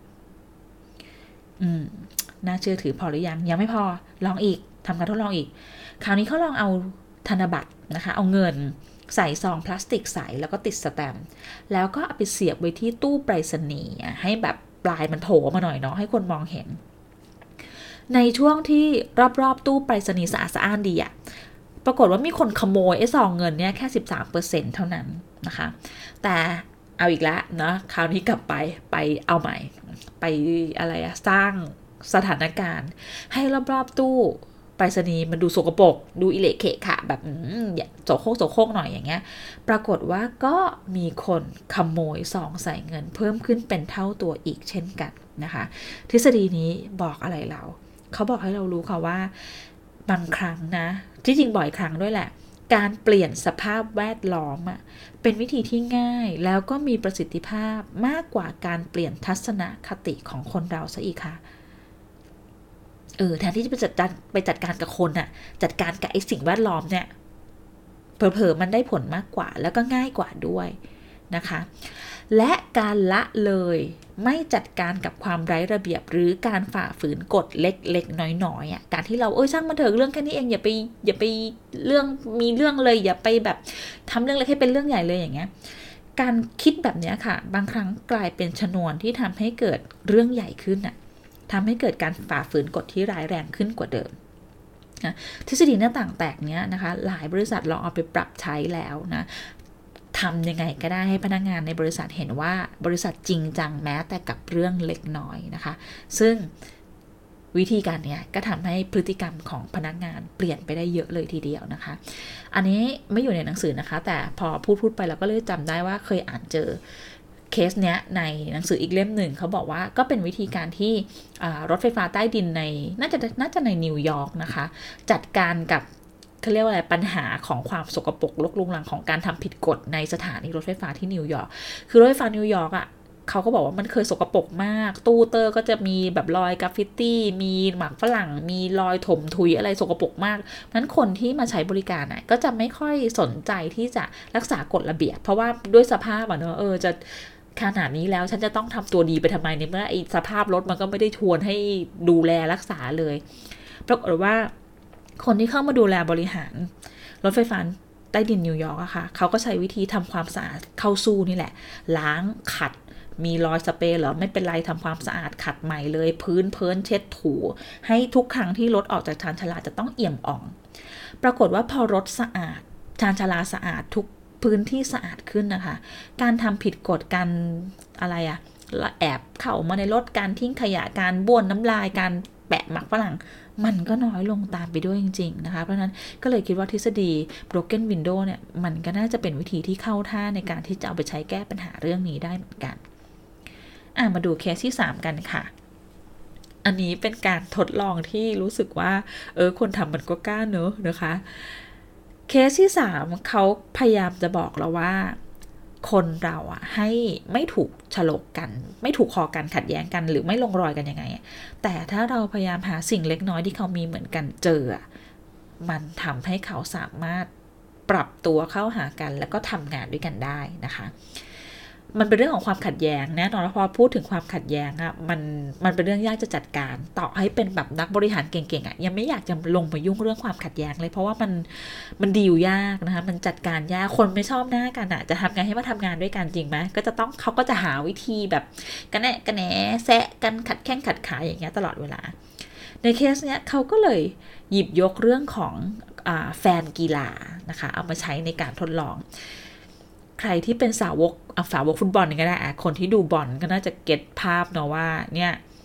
น่าเชื่อถือพอหรือยังไม่พอลองอีกทำการทดลองอีกคราวนี้เขาลองเอาธนบัตรนะคะเอาเงินใส่ซองพลาสติกใสแล้วก็ติดสแตมป์แล้วก็เอาไปเสียบไว้ที่ตู้ไปรษณีย์ให้แบบปลายมันโผล่มาหน่อยเนาะให้คนมองเห็นในช่วงที่รอบๆตู้ไปรษณีย์สะอาดสะอ้านดีปรากฏว่ามีคนขโมยซองเงินเนี่ยแค่ 13% เท่านั้นนะคะแต่เอาอีกแล้วนะคราวนี้กลับไปเอาใหม่ไปอะไรสร้างสถานการณ์ให้รอบๆตู้ไปรษณีย์มันดูสกปรกดูอิเละเขะขะแบบโสโครกหน่อยอย่างเงี้ยปรากฏว่าก็มีคนขโมยซองใส่เงินเพิ่มขึ้นเป็นเท่าตัวอีกเช่นกันนะคะทฤษฎีนี้บอกอะไรเขาบอกให้เรารู้ค่ะว่าบางครั้งนะที่จริงบ่อยครั้งด้วยแหละการเปลี่ยนสภาพแวดล้อมเป็นวิธีที่ง่ายแล้วก็มีประสิทธิภาพมากกว่าการเปลี่ยนทัศนคติของคนเราซะอีกค่ะแทนที่จะไปจัดการกับคนจัดการกับไอ้สิ่งแวดล้อมเนี่ยเผลอๆมันได้ผลมากกว่าแล้วก็ง่ายกว่าด้วยนะคะและการละเลยไม่จัดการกับความไร้ระเบียบหรือการฝ่าฝืนกฎเล็กๆน้อยๆการที่เราช่างมันเถอะเรื่องแค่นี้เองอย่าไปเรื่องมีเรื่องเลยอย่าไปแบบทำเรื่องเล็กให้เป็นเรื่องใหญ่เลยอย่างเงี้ยการคิดแบบนี้ค่ะบางครั้งกลายเป็นชนวนที่ทำให้เกิดเรื่องใหญ่ขึ้นทำให้เกิดการฝ่าฝืนกฎที่ร้ายแรงขึ้นกว่าเดิมทฤษฎีหน้าต่างแตกเนี้ยนะคะหลายบริษัทลองเอาไปปรับใช้แล้วนะทำยังไงก็ได้ให้พนักงานในบริษัทเห็นว่าบริษัทจริงจังแม้แต่กับเรื่องเล็กน้อยนะคะซึ่งวิธีการนี้ก็ทำให้พฤติกรรมของพนักงานเปลี่ยนไปได้เยอะเลยทีเดียวนะคะอันนี้ไม่อยู่ในหนังสือนะคะแต่พอพูดไปเราก็เลยจำได้ว่าเคยอ่านเจอเคสเนี้ยในหนังสืออีกเล่มหนึ่งเขาบอกว่าก็เป็นวิธีการที่รถไฟฟ้าใต้ดินในน่าจะในนิวยอร์กนะคะจัดการกับเขาเรียกว่าอะไรปัญหาของความสกปรกรกรุงรังของการทำผิดกฎในสถานีรถไฟฟ้าที่นิวยอร์กคือรถไฟฟ้านิวยอร์กเขาก็บอกว่ามันเคยสกปรกมากตู้เตอร์ก็จะมีแบบรอยกราฟฟิตี้มีหมากฝรั่งมีรอยถมถุยอะไรสกปรกมากนั้นคนที่มาใช้บริการก็จะไม่ค่อยสนใจที่จะรักษากฎระเบียบเพราะว่าด้วยสภาพเนอะจะขนาดนี้แล้วฉันจะต้องทำตัวดีไปทำไมในเมื่อไอ้สภาพรถมันก็ไม่ได้ชวนให้ดูแลรักษาเลยปรากฏว่าคนที่เข้ามาดูแลบริหารรถไฟฟ้าใต้ดินนิวยอร์กค่ะเขาก็ใช้วิธีทำความสะอาดเข้าสู้นี่แหละล้างขัดมีรอยสเปรย์เหรอไม่เป็นไรทำความสะอาดขัดใหม่เลยพื้นเพิ้นเช็ดถูให้ทุกครั้งที่รถออกจากชานชาลาจะต้องเอี่ยมอ่องปรากฏว่าพอรถสะอาดชานชาลาสะอาดทุกพื้นที่สะอาดขึ้นนะคะการทำผิดกฎการอะไรแอบเข้ามาในรถการทิ้งขยะการบ้วนน้ำลายการแปะหมักฝรั่งมันก็น้อยลงตามไปด้วยจริงๆนะคะเพราะนั้นก็เลยคิดว่าทฤษฎี broken window เนี่ยมันก็น่าจะเป็นวิธีที่เข้าท่าในการที่จะเอาไปใช้แก้ปัญหาเรื่องนี้ได้เหมือนกันมาดูเคสที่3กันค่ะอันนี้เป็นการทดลองที่รู้สึกว่าคนทำมันก็กล้าเนอะนะคะเคสที่3เขาพยายามจะบอกเราว่าคนเราให้ไม่ถูกฉลกกันไม่ถูกคอกันขัดแย้งกันหรือไม่ลงรอยกันยังไงแต่ถ้าเราพยายามหาสิ่งเล็กน้อยที่เขามีเหมือนกันเจอมันทำให้เขาสามารถปรับตัวเข้าหากันแล้วก็ทำงานด้วยกันได้นะคะมันเป็นเรื่องของความขัดแย้งแน่นอนพอพูดถึงความขัดแย้งมันเป็นเรื่องยากจะจัดการต่อให้เป็นแบบนักบริหารเก่งๆยังไม่อยากจะลงไปยุ่งเรื่องความขัดแย้งเลยเพราะว่ามันดีลยากนะคะมันจัดการยากคนไม่ชอบหน้ากันจะทำไงให้มาทำงานด้วยกันจริงไหมเขาก็จะหาวิธีแบบกระแหนแซะกันขัดแข้งขัดขาอย่างเงี้ยตลอดเวลาในเคสเนี้ยเขาก็เลยหยิบยกเรื่องของแฟนกีฬานะคะเอามาใช้ในการทดลองใครที่เป็นสาวกฟุตบอลก็ได้คนที่ดูบอลก็น่าจะเก็ตภาพเนาะว่าเนี่ย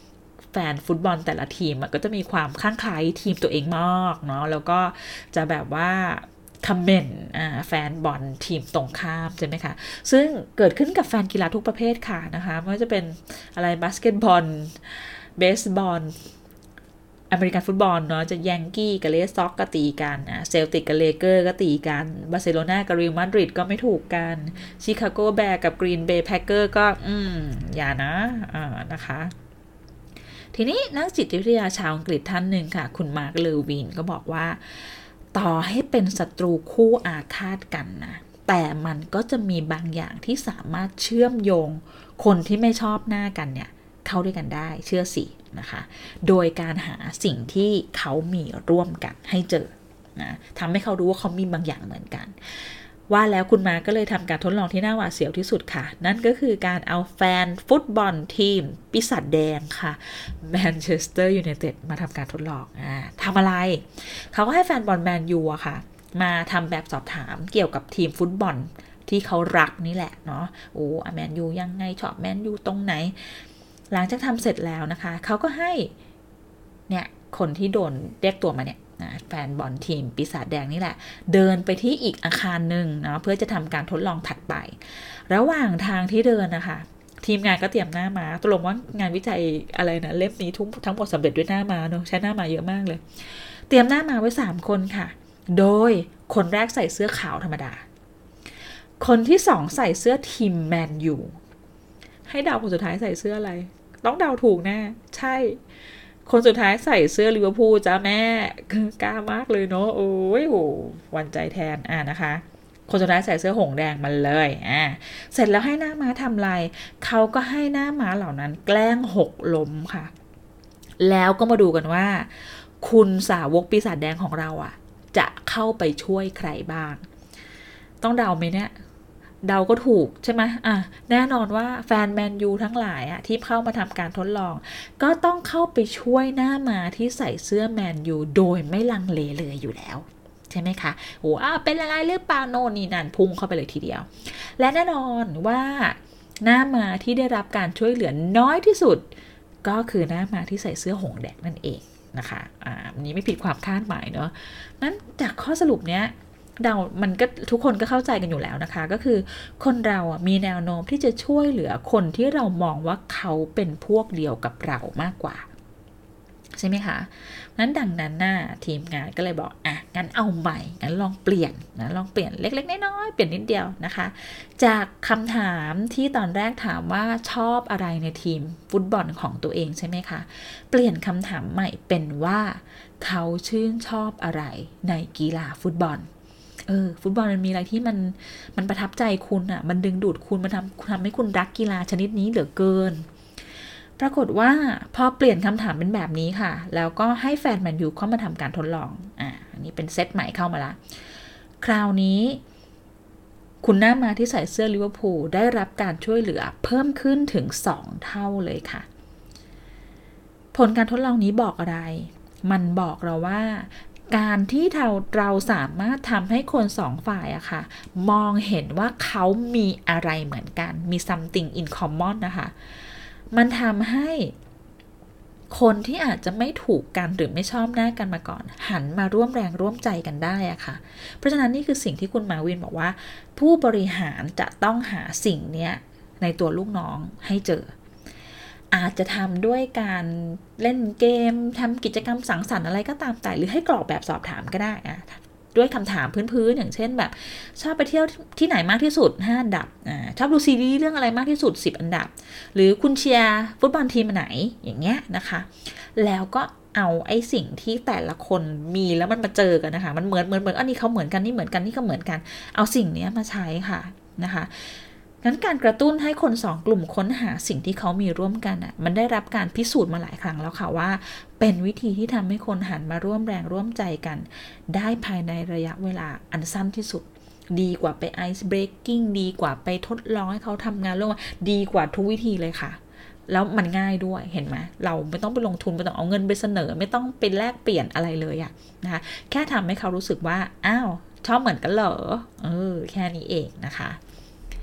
แฟนฟุตบอลแต่ละทีมก็จะมีความคลั่งไคล้ทีมตัวเองมากเนาะแล้วก็จะแบบว่าคอมเมนต์แฟนบอลทีมตรงข้ามใช่ไหมคะซึ่งเกิดขึ้นกับแฟนกีฬาทุกประเภทค่ะนะคะไม่ว่าจะเป็นอะไรบาสเกตบอลเบสบอลอเมริกันฟุตบอลเนาะจะยังกี้กับเรดซ็อกก็ตีกันเซลติกกับเลเกอร์ก็ตีกันบาร์เซโลนากับเรอัลมาดริดก็ไม่ถูกกันชิคาโกแบร์กับกรีนเบย์แพคเกอร์ก็อย่านะนะคะทีนี้นักจิตวิทยาชาวอังกฤษท่านหนึ่งค่ะคุณมาร์คเลวินก็บอกว่าต่อให้เป็นศัตรูคู่อาฆาตกันนะแต่มันก็จะมีบางอย่างที่สามารถเชื่อมโยงคนที่ไม่ชอบหน้ากันเนี่ยเข้าด้วยกันได้เชื่อสินะคะโดยการหาสิ่งที่เขามีร่วมกันให้เจอนะทำให้เขารู้ว่าเขามีบางอย่างเหมือนกันว่าแล้วคุณมาก็เลยทำการทดลองที่น่าหวาดเสียวที่สุดค่ะนั่นก็คือการเอาแฟนฟุตบอลทีมปีศาจแดงค่ะแมนเชสเตอร์ยูไนเต็ดมาทำการทดลองทำอะไรเขาก็ให้แฟนบอลแมนยูอะค่ะมาทำแบบสอบถามเกี่ยวกับทีมฟุตบอลที่เขารักนี่แหละเนาะแมนยูยังไงชอบแมนยูตรงไหนหลังจากทำเสร็จแล้วนะคะเขาก็ให้เนี่ยคนที่โดนเรียกตัวมาเนี่ยแฟนบอลทีมปีศาจแดงนี่แหละเดินไปที่อีกอาคารหนึ่งเนาะเพื่อจะทำการทดลองถัดไประหว่างทางที่เดินนะคะทีมงานก็เตรียมหน้าม้าตกลงว่างานวิจัยอะไรนะเล่มนี้ทั้งหมดสำเร็จด้วยหน้าม้าเนาะใช้หน้าม้าเยอะมากเลยเตรียมหน้าม้าไว้3คนค่ะโดยคนแรกใส่เสื้อขาวธรรมดาคนที่2ใส่เสื้อทีมแมนยูให้เดาคนสุดท้ายใส่เสื้ออะไรต้องเดาถูกแน่ใช่คนสุดท้ายใส่เสื้อลิเวอร์พูลจ้าแม่กล้ามากเลยเนาะโอ้ยหวั่นใจแทนนะคะคนสุดท้ายใส่เสื้อหงแดงมาเลยเสร็จแล้วให้หน้าม้าทำลายเขาก็ให้หน้าม้าเหล่านั้นแกล้งหกล้มค่ะแล้วก็มาดูกันว่าคุณสาวกปีศาจแดงของเราจะเข้าไปช่วยใครบ้างต้องเดาไหมเนี่ยเดาก็ถูกใช่ไหมแน่นอนว่าแฟนแมนยูทั้งหลายที่เข้ามาทำการทดลองก็ต้องเข้าไปช่วยหน้ามาที่ใส่เสื้อแมนยูโดยไม่ลังเลเลยอยู่แล้วใช่ไหมคะเป็นอะไรหรือเปล่าโน่นนี่นั่นพุ่งเข้าไปเลยทีเดียวและแน่นอนว่าหน้ามาที่ได้รับการช่วยเหลือน้อยที่สุดก็คือหน้ามาที่ใส่เสื้อหงแดงนั่นเองนะคะอันนี้ไม่ผิดความคาดหมายเนาะนั้นจากข้อสรุปเนี้ยมันก็ทุกคนก็เข้าใจกันอยู่แล้วนะคะก็คือคนเรามีแนวโน้มที่จะช่วยเหลือคนที่เรามองว่าเขาเป็นพวกเดียวกับเรามากกว่าใช่ไหมคะนั้นดังนั้นทีมงานก็เลยบอกงั้นเอาใหม่งั้นลองเปลี่ยนเล็กๆน้อยๆเปลี่ยนนิดเดียวนะคะจากคำถามที่ตอนแรกถามว่าชอบอะไรในทีมฟุตบอลของตัวเองใช่ไหมคะเปลี่ยนคำถามใหม่เป็นว่าเขาชื่นชอบอะไรในกีฬาฟุตบอลฟุตบอลมันมีอะไรที่มันประทับใจคุณมันดึงดูดคุณมันทำให้คุณรักกีฬาชนิดนี้เหลือเกินปรากฏว่าพอเปลี่ยนคำถามเป็นแบบนี้ค่ะแล้วก็ให้แฟนแมนยูเข้ามาทำการทดลองอันนี้เป็นเซตใหม่เข้ามาละคราวนี้คุณหน้ามาที่ใส่เสื้อลิเวอร์พูลได้รับการช่วยเหลือเพิ่มขึ้นถึง2เท่าเลยค่ะผลการทดลองนี้บอกอะไรมันบอกเราว่าการที่เราสามารถทำให้คน2ฝ่ายค่ะมองเห็นว่าเขามีอะไรเหมือนกันมี something in common นะคะมันทำให้คนที่อาจจะไม่ถูกกันหรือไม่ชอบหน้ากันมาก่อนหันมาร่วมแรงร่วมใจกันได้ค่ะเพราะฉะนั้นนี่คือสิ่งที่คุณมาวินบอกว่าผู้บริหารจะต้องหาสิ่งนี้ในตัวลูกน้องให้เจออาจจะทำด้วยการเล่นเกมทำกิจกรรมสังสรรค์อะไรก็ตามแต่หรือให้กรอกแบบสอบถามก็ได้ด้วยคำถามพื้นๆอย่างเช่นแบบชอบไปเที่ยวที่ไหนมากที่สุด5อันดับชอบดูซีรีส์เรื่องอะไรมากที่สุด10อันดับหรือคุณเชียร์ฟุตบอลทีมไหนอย่างเงี้ยนะคะแล้วก็เอาไอ้สิ่งที่แต่ละคนมีแล้วมันมาเจอกันนะคะมันเหมือนอันนี้เขาเหมือนกันนี่เหมือนกันนี่ก็เหมือนกันเอาสิ่งนี้มาใช้ค่ะนะคะงั้นการกระตุ้นให้คน2กลุ่มค้นหาสิ่งที่เขามีร่วมกันมันได้รับการพิสูจน์มาหลายครั้งแล้วค่ะว่าเป็นวิธีที่ทำให้คนหันมาร่วมแรงร่วมใจกันได้ภายในระยะเวลาอันสั้นที่สุดดีกว่าไปไอซ์เบรกกิ้งดีกว่าไปทดลองให้เขาทำงานร่วมดีกว่าทุกวิธีเลยค่ะแล้วมันง่ายด้วยเห็นไหมเราไม่ต้องไปลงทุนไม่ต้องเอาเงินไปเสนอไม่ต้องไปแลกเปลี่ยนอะไรเลยนะคะแค่ทำให้เขารู้สึกว่าอ้าวชอบเหมือนกันเหรอแค่นี้เองนะคะ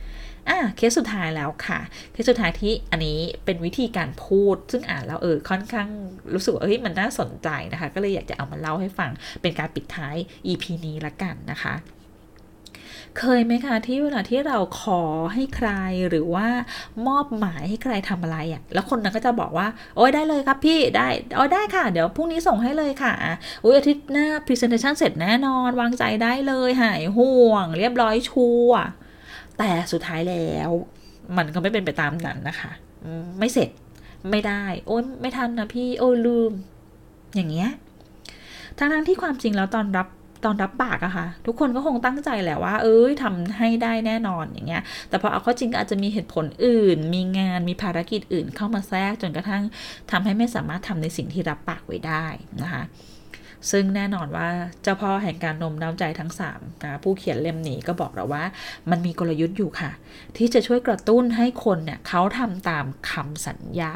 เคสสุดท้ายแล้วค่ะเคสสุดท้ายที่อันนี้เป็นวิธีการพูดซึ่งอ่านแล้วค่อนข้างรู้สึกว่ามันน่าสนใจนะคะก็เลยอยากจะเอามาเล่าให้ฟังเป็นการปิดท้าย EP นี้ละกันนะคะเคยไหมคะที่เวลาที่เราขอให้ใครหรือว่ามอบหมายให้ใครทำอะไรแล้วคนนั้นก็จะบอกว่าโอ้ยได้เลยครับพี่ได้ได้ค่ะเดี๋ยวพรุ่งนี้ส่งให้เลยค่ะอาทิตย์หน้า presentation เสร็จแน่นอนวางใจได้เลยหายห่วงเรียบร้อยชัวร์แต่สุดท้ายแล้วมันก็ไม่เป็นไปตามนั้นนะคะไม่เสร็จไม่ได้โอ้ยไม่ทันนะพี่ลืมอย่างเงี้ยทั้งที่ความจริงแล้วตอนรับปากอะค่ะทุกคนก็คงตั้งใจแหละว่าทำให้ได้แน่นอนอย่างเงี้ยแต่พอเอาเข้าจริงก็อาจจะมีเหตุผลอื่นมีงานมีภารกิจอื่นเข้ามาแทรกจนกระทั่งทำให้ไม่สามารถทำในสิ่งที่รับปากไว้ได้นะคะซึ่งแน่นอนว่าเจ้าพ่อแห่งการโน้มน้าวใจทั้ง3นะผู้เขียนเล่มนี้ก็บอกเราว่ามันมีกลยุทธ์อยู่ค่ะที่จะช่วยกระตุ้นให้คนเนี่ยเขาทำตามคำสัญญา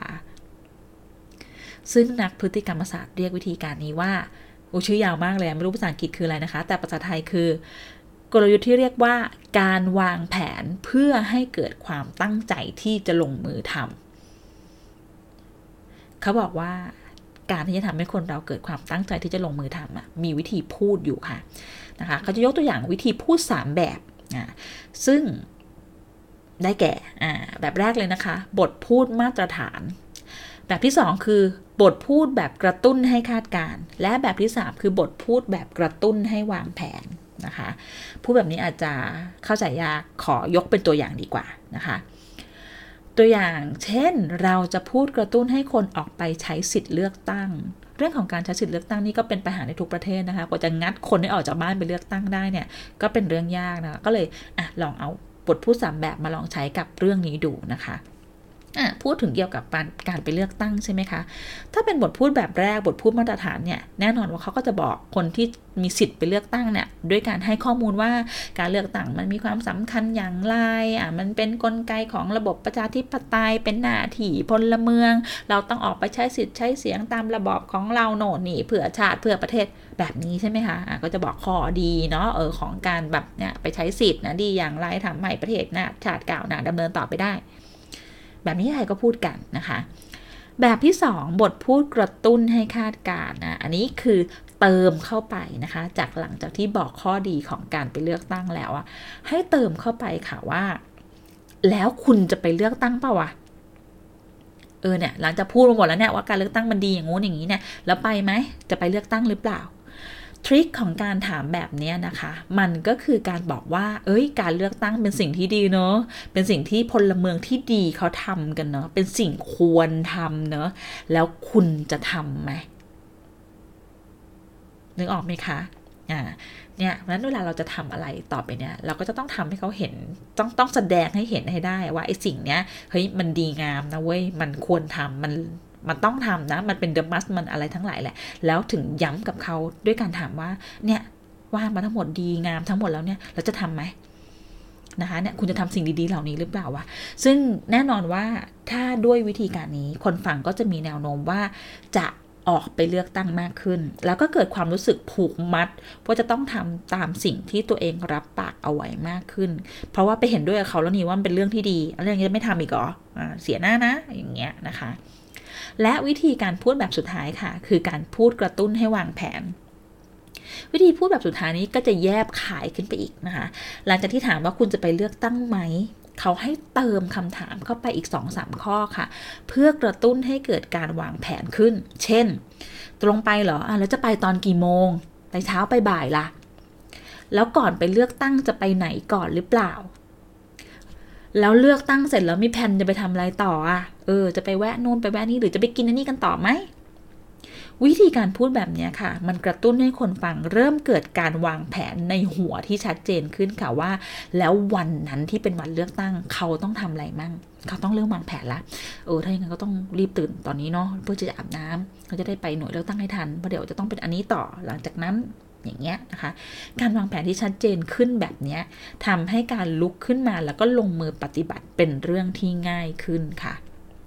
ซึ่งนักพฤติกรรมศาสตร์เรียกวิธีการนี้ว่าชื่อยาวมากเลยไม่รู้ภาษาอังกฤษคืออะไรนะคะแต่ภาษาไทยคือกลยุทธ์ที่เรียกว่าการวางแผนเพื่อให้เกิดความตั้งใจที่จะลงมือทำเขาบอกว่าการที่จะทำให้คนเราเกิดความตั้งใจที่จะลงมือทำมีวิธีพูดอยู่ค่ะนะคะเขาจะยกตัวอย่างวิธีพูด3แบบซึ่งได้แก่แบบแรกเลยนะคะบทพูดมาตรฐานแบบที่2คือบทพูดแบบกระตุ้นให้คาดการณ์และแบบที่3คือบทพูดแบบกระตุ้นให้วางแผนนะคะพูดแบบนี้อาจจะเข้าใจยากขอยกเป็นตัวอย่างดีกว่านะคะตัวอย่างเช่นเราจะพูดกระตุ้นให้คนออกไปใช้สิทธิ์เลือกตั้งเรื่องของการใช้สิทธิ์เลือกตั้งนี่ก็เป็นปัญหาในทุกประเทศนะคะกว่าจะงัดคนให้ออกจากบ้านไปเลือกตั้งได้เนี่ยก็เป็นเรื่องยากนะก็เลยลองเอาบทพูด3แบบมาลองใช้กับเรื่องนี้ดูนะคะพูดถึงเกี่ยวกับการไปเลือกตั้งใช่ไหมคะถ้าเป็นบทพูดแบบแรกบทพูดมาตรฐานเนี่ยแน่นอนว่าเขาก็จะบอกคนที่มีสิทธิ์ไปเลือกตั้งเนี่ยด้วยการให้ข้อมูลว่าการเลือกตั้งมันมีความสำคัญอย่างไรมันเป็นกลไกของระบบประชาธิปไตยเป็นหน้าที่พลเมืองเราต้องออกไปใช้สิทธิ์ใช้เสียงตามระบอบของเราโน่นนี่เพื่อชาติเพื่อประเทศแบบนี้ใช่ไหมคะก็จะบอกข้อดีเนาะของการแบบเนี่ยไปใช้สิทธิ์นะดีอย่างไรทำให้ประเทศชาติก้าวหน้าดำเนินต่อไปได้แบบนี้ใครก็พูดกันนะคะแบบที่2บทพูดกระตุ้นให้คาดการณ์นะอันนี้คือเติมเข้าไปนะคะจากหลังจากที่บอกข้อดีของการไปเลือกตั้งแล้วให้เติมเข้าไปค่ะว่าแล้วคุณจะไปเลือกตั้งเปล่าวะเนี่ยหลังจากพูดมาหมดแล้วเนี่ยว่าการเลือกตั้งมันดีอย่างงู้นอย่างนี้เนี่ยแล้วไปไหมจะไปเลือกตั้งหรือเปล่าทริคของการถามแบบนี้นะคะมันก็คือการบอกว่าการเลือกตั้งเป็นสิ่งที่ดีเนอะเป็นสิ่งที่พลเมืองที่ดีเขาทำกันเนอะเป็นสิ่งควรทำเนอะแล้วคุณจะทำไหมนึกออกไหมคะเนี่ยเพราะฉะนั้นเวลาเราจะทำอะไรต่อไปเนี่ยเราก็จะต้องทำให้เขาเห็นต้องแสดงให้เห็นให้ได้ว่าไอ้สิ่งเนี้ยมันดีงามนะเว้ยมันควรทำมันต้องทำนะมันเป็น the must มันอะไรทั้งหลายแหละแล้วถึงย้ำกับเขาด้วยการถามว่าเนี่ยว่ามาทั้งหมดดีงามทั้งหมดแล้วเนี่ยเราจะทำไหมนะคะเนี่ยคุณจะทำสิ่งดีๆเหล่านี้หรือเปล่าวะซึ่งแน่นอนว่าถ้าด้วยวิธีการนี้คนฟังก็จะมีแนวโน้มว่าจะออกไปเลือกตั้งมากขึ้นแล้วก็เกิดความรู้สึกผูกมัดว่าจะต้องทำตามสิ่งที่ตัวเองรับปากเอาไว้มากขึ้นเพราะว่าไปเห็นด้วยกับเขาแล้วนี่ว่ามันเป็นเรื่องที่ดีอะไรอย่างเงี้ยไม่ทำอีกเหรอเสียหน้านะอย่างเงี้ยนะคะและวิธีการพูดแบบสุดท้ายค่ะคือการพูดกระตุ้นให้วางแผนวิธีพูดแบบสุดท้ายนี้ก็จะแยบขายขึ้นไปอีกนะคะหลังจากที่ถามว่าคุณจะไปเลือกตั้งไหมเขาให้เติมคำถามเข้าไปอีก 2-3 ข้อค่ะเพื่อกระตุ้นให้เกิดการวางแผนขึ้นเช่นตรงไปเหรอแล้วจะไปตอนกี่โมงไปเช้าไปบ่ายล่ะแล้วก่อนไปเลือกตั้งจะไปไหนก่อนหรือเปล่าแล้วเลือกตั้งเสร็จแล้วมีแผนจะไปทำอะไรต่อจะไปแวะนู่นไปแวะนี่หรือจะไปกินอันนี้กันต่อไหมวิธีการพูดแบบนี้ค่ะมันกระตุ้นให้คนฟังเริ่มเกิดการวางแผนในหัวที่ชัดเจนขึ้นค่ะว่าแล้ววันนั้นที่เป็นวันเลือกตั้งเขาต้องทำอะไรมั่งเขาต้องเริ่มวางแผนละถ้าอย่างนั้นก็ต้องรีบตื่นตอนนี้เนาะเพื่อจะอาบน้ำเขาจะได้ไปหน่วยเลือกตั้งให้ทันเพราะเดี๋ยวจะต้องเป็นอันนี้ต่อหลังจากนั้นอย่างเงี้ยนะคะการวางแผนที่ชัดเจนขึ้นแบบนี้ทำให้การลุกขึ้นมาแล้วก็ลงมือปฏิบัติเป็นเรื่องที่ง่ายขึ้นค่ะ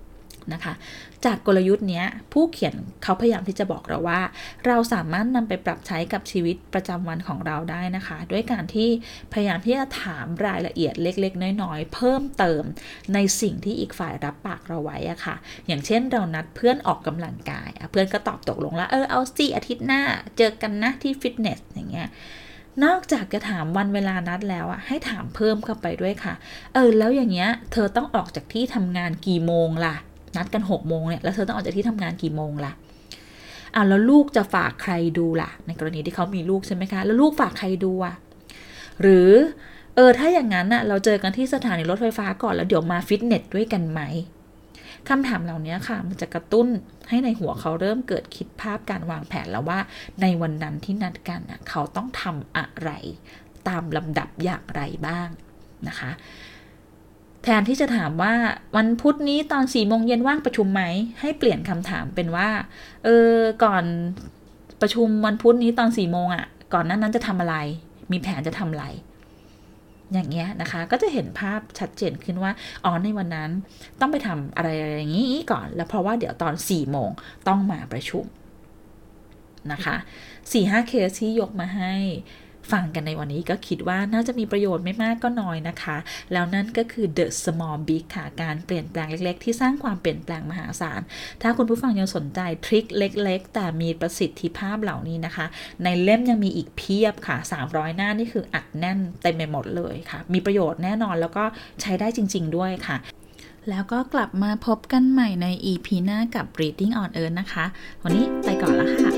นะคะจากกลยุทธ์นี้ผู้เขียนเขาพยายามที่จะบอกเราว่าเราสามารถนำไปปรับใช้กับชีวิตประจำวันของเราได้นะคะด้วยการที่พยายามที่จะถามรายละเอียดเล็กๆน้อยๆเพิ่มเติมในสิ่งที่อีกฝ่ายรับปากเราไว้อะค่ะอย่างเช่นเรานัดเพื่อนออกกำลังกายเพื่อนก็ตอบตกลงแล้วเอาสิอาทิตย์หน้าเจอกันนะที่ฟิตเนสอย่างเงี้ยนอกจากจะถามวันเวลานัดแล้วให้ถามเพิ่มเข้าไปด้วยค่ะแล้วอย่างเงี้ยเธอต้องออกจากที่ทำงานกี่โมงล่ะนัดกัน6 โมงเนี่ยแล้วเธอต้องออกจากที่ทำงานกี่โมงล่ะแล้วลูกจะฝากใครดูล่ะในกรณีที่เขามีลูกใช่ไหมคะแล้วลูกฝากใครดูหรือถ้าอย่างนั้นเราเจอกันที่สถานีรถไฟฟ้าก่อนแล้วเดี๋ยวมาฟิตเนสด้วยกันไหมคำถามเหล่านี้ค่ะมันจะกระตุ้นให้ในหัวเขาเริ่มเกิดคิดภาพการวางแผนแล้วว่าในวันนั้นที่นัดกันเขาต้องทำอะไรตามลำดับอย่างไรบ้างนะคะแทนที่จะถามว่าวันพุธนี้ตอน4 โมงเย็นว่างประชุมไหมให้เปลี่ยนคำถามเป็นว่าก่อนประชุมวันพุธนี้ตอน4 โมงก่อนนั้นจะทำอะไรมีแผนจะทำอะไรอย่างเงี้ยนะคะก็จะเห็นภาพชัดเจนขึ้นว่าในวันนั้นต้องไปทำอะไรอย่างนี้ก่อนแล้วเพราะว่าเดี๋ยวตอน4 โมงต้องมาประชุมนะคะ 4-5 เคสที่ยกมาให้ฟังกันในวันนี้ก็คิดว่าน่าจะมีประโยชน์ไม่มากก็น้อยนะคะแล้วนั่นก็คือ The Small Big ค่ะการเปลี่ยนแปลงเล็กๆที่สร้างความเปลี่ยนแปลงมหาศาลถ้าคุณผู้ฟังยังสนใจทริคเล็กๆแต่มีประสิทธิภาพเหล่านี้นะคะในเล่มยังมีอีกเพียบค่ะ300 หน้านี่คืออัดแน่นเต็มไปหมดเลยค่ะมีประโยชน์แน่นอนแล้วก็ใช้ได้จริงๆด้วยค่ะแล้วก็กลับมาพบกันใหม่ใน EP หน้ากับ Reading on Earth นะคะวันนี้ไปก่อนแล้วค่ะ